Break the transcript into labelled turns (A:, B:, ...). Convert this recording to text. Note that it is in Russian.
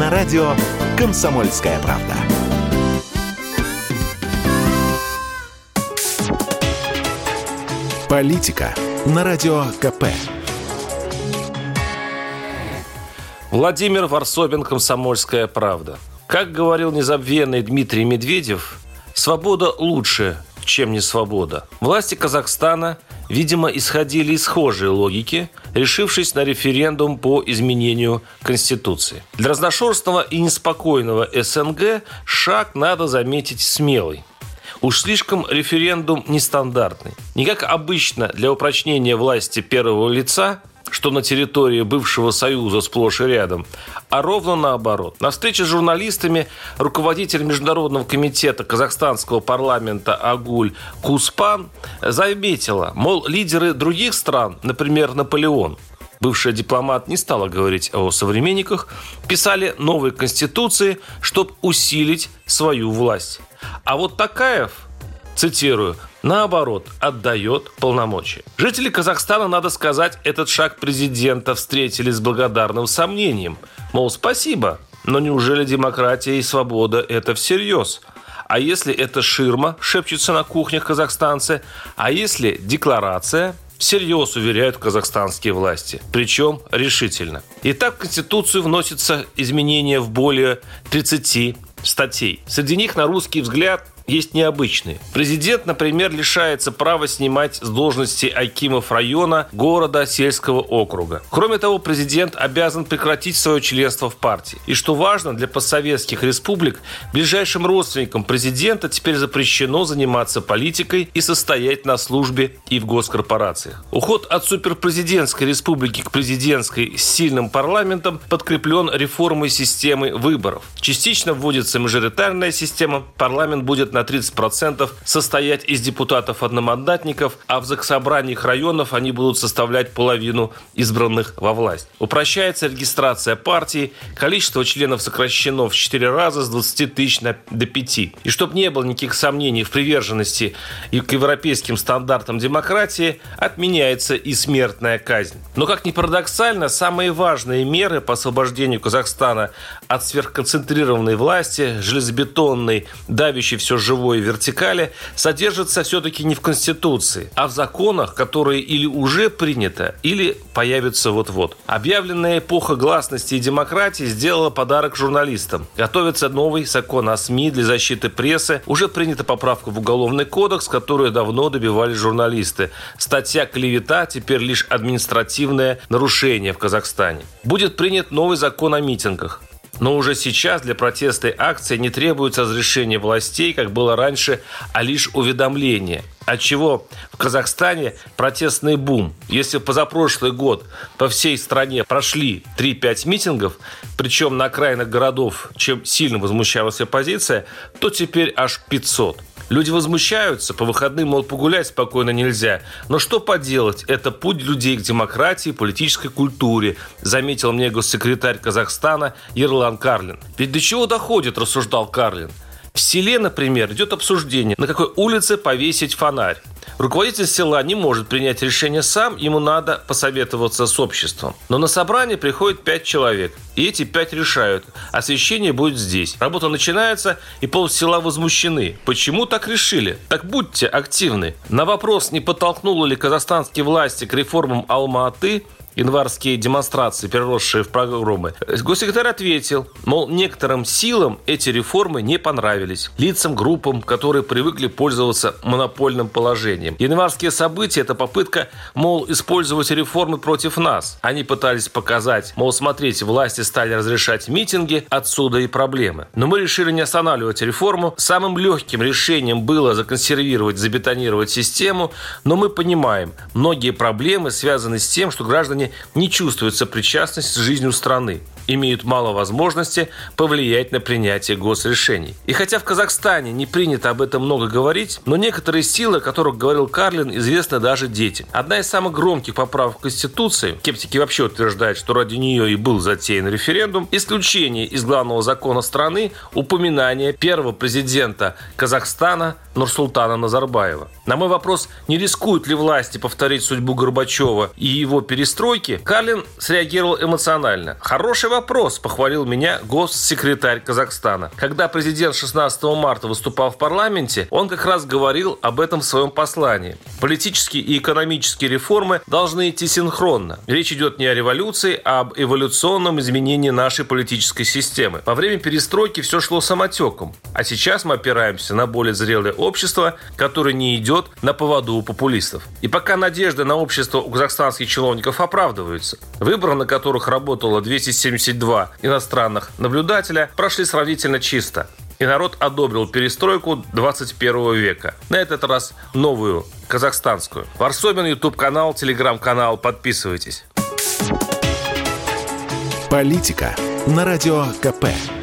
A: на радио «Комсомольская правда». Политика на радио КП.
B: Владимир Варсобин, «Комсомольская правда». Как говорил незабвенный Дмитрий Медведев, свобода лучше, чем не свобода. Власти Казахстана, видимо, исходили из схожей логики, решившись на референдум по изменению Конституции. Для разношерстного и неспокойного СНГ шаг, надо заметить, смелый. Уж слишком референдум нестандартный. Не как обычно для упрочнения власти первого лица, что на территории бывшего Союза сплошь и рядом, а ровно наоборот. На встрече с журналистами руководитель Международного комитета казахстанского парламента Агуль Куспан заметила, мол, лидеры других стран, например, Наполеон, бывший дипломат не стала говорить о современниках, писали новые конституции, чтобы усилить свою власть. А вот Токаев, цитирую, наоборот, отдает полномочия. Жители Казахстана, надо сказать, этот шаг президента встретили с благодарным сомнением. Мол, спасибо, но неужели демократия и свобода – это всерьез? А если это ширма, шепчутся на кухнях казахстанцы? А если декларация? Всерьез, уверяют казахстанские власти. Причем решительно. Итак, в Конституцию вносятся изменения в более 30 статей. Среди них, на русский взгляд, есть необычные. Президент, например, лишается права снимать с должности акимов района, города, сельского округа. Кроме того, президент обязан прекратить свое членство в партии. И что важно, для постсоветских республик ближайшим родственникам президента теперь запрещено заниматься политикой и состоять на службе и в госкорпорациях. Уход от суперпрезидентской республики к президентской с сильным парламентом подкреплен реформой системы выборов. Частично вводится мажоритарная система, парламент будет на 30% состоять из депутатов-одномандатников, а в заксобраниях районов они будут составлять половину избранных во власть. Упрощается регистрация партии, количество членов сокращено в 4 раза с 20 тысяч до 5. И чтобы не было никаких сомнений в приверженности и к европейским стандартам демократии, отменяется и смертная казнь. Но, как ни парадоксально, самые важные меры по освобождению Казахстана от сверхконцентрированной власти, железобетонной, давящей все живой вертикали, содержится все-таки не в Конституции, а в законах, которые или уже приняты, или появятся вот-вот. Объявленная эпоха гласности и демократии сделала подарок журналистам. Готовится новый закон о СМИ для защиты прессы. Уже принята поправка в Уголовный кодекс, которую давно добивались журналисты. Статья «Клевета» теперь лишь административное нарушение в Казахстане. Будет принят новый закон о митингах. Но уже сейчас для протестной акции не требуется разрешение властей, как было раньше, а лишь уведомление. Отчего в Казахстане протестный бум. Если в позапрошлый год по всей стране прошли 3-5 митингов, причем на окраинах городов, чем сильно возмущалась оппозиция, то теперь аж 500. Люди возмущаются, по выходным, мол, погулять спокойно нельзя. Но что поделать, это путь людей к демократии, политической культуре, заметил мне госсекретарь Казахстана Ерлан Карлин. Ведь до чего доходит, рассуждал Карлин. В селе, например, идет обсуждение, на какой улице повесить фонарь. Руководитель села не может принять решение сам, ему надо посоветоваться с обществом. Но на собрание приходит 5 человек, и эти 5 решают, освещение будет здесь. Работа начинается, и полсела возмущены. Почему так решили? Так будьте активны. На вопрос, не подтолкнуло ли казахстанские власти к реформам Алма-Аты, январские демонстрации, переросшие в погромы, госсекретарь ответил, мол, некоторым силам эти реформы не понравились. Лицам, группам, которые привыкли пользоваться монопольным положением. Январские события – это попытка, мол, использовать реформы против нас. Они пытались показать, мол, смотрите, власти стали разрешать митинги, отсюда и проблемы. Но мы решили не останавливать реформу. Самым легким решением было законсервировать, забетонировать систему, но мы понимаем, многие проблемы связаны с тем, что граждане не чувствуют сопричастность с жизнью страны, имеют мало возможности повлиять на принятие госрешений. И хотя в Казахстане не принято об этом много говорить, но некоторые силы, о которых говорил Карлин, известны даже детям. Одна из самых громких поправок в Конституции, скептики вообще утверждают, что ради нее и был затеян референдум, исключение из главного закона страны упоминание первого президента Казахстана Нурсултана Назарбаева. На мой вопрос, не рискуют ли власти повторить судьбу Горбачева и его перестройки, Карлин среагировал эмоционально. Хороший вопрос. вопрос», — похвалил меня госсекретарь Казахстана. Когда президент 16 марта выступал в парламенте, он как раз говорил об этом в своем послании. Политические и экономические реформы должны идти синхронно. Речь идет не о революции, а об эволюционном изменении нашей политической системы. Во время перестройки все шло самотеком, а сейчас мы опираемся на более зрелое общество, которое не идет на поводу у популистов. И пока надежды на общество у казахстанских чиновников оправдываются, выборы, на которых работало 272 иностранных наблюдателя, прошли сравнительно чисто. И народ одобрил перестройку 21 века. На этот раз новую, казахстанскую. Варсобин, YouTube-канал, Telegram-канал. Подписывайтесь.
A: Политика на Радио КП.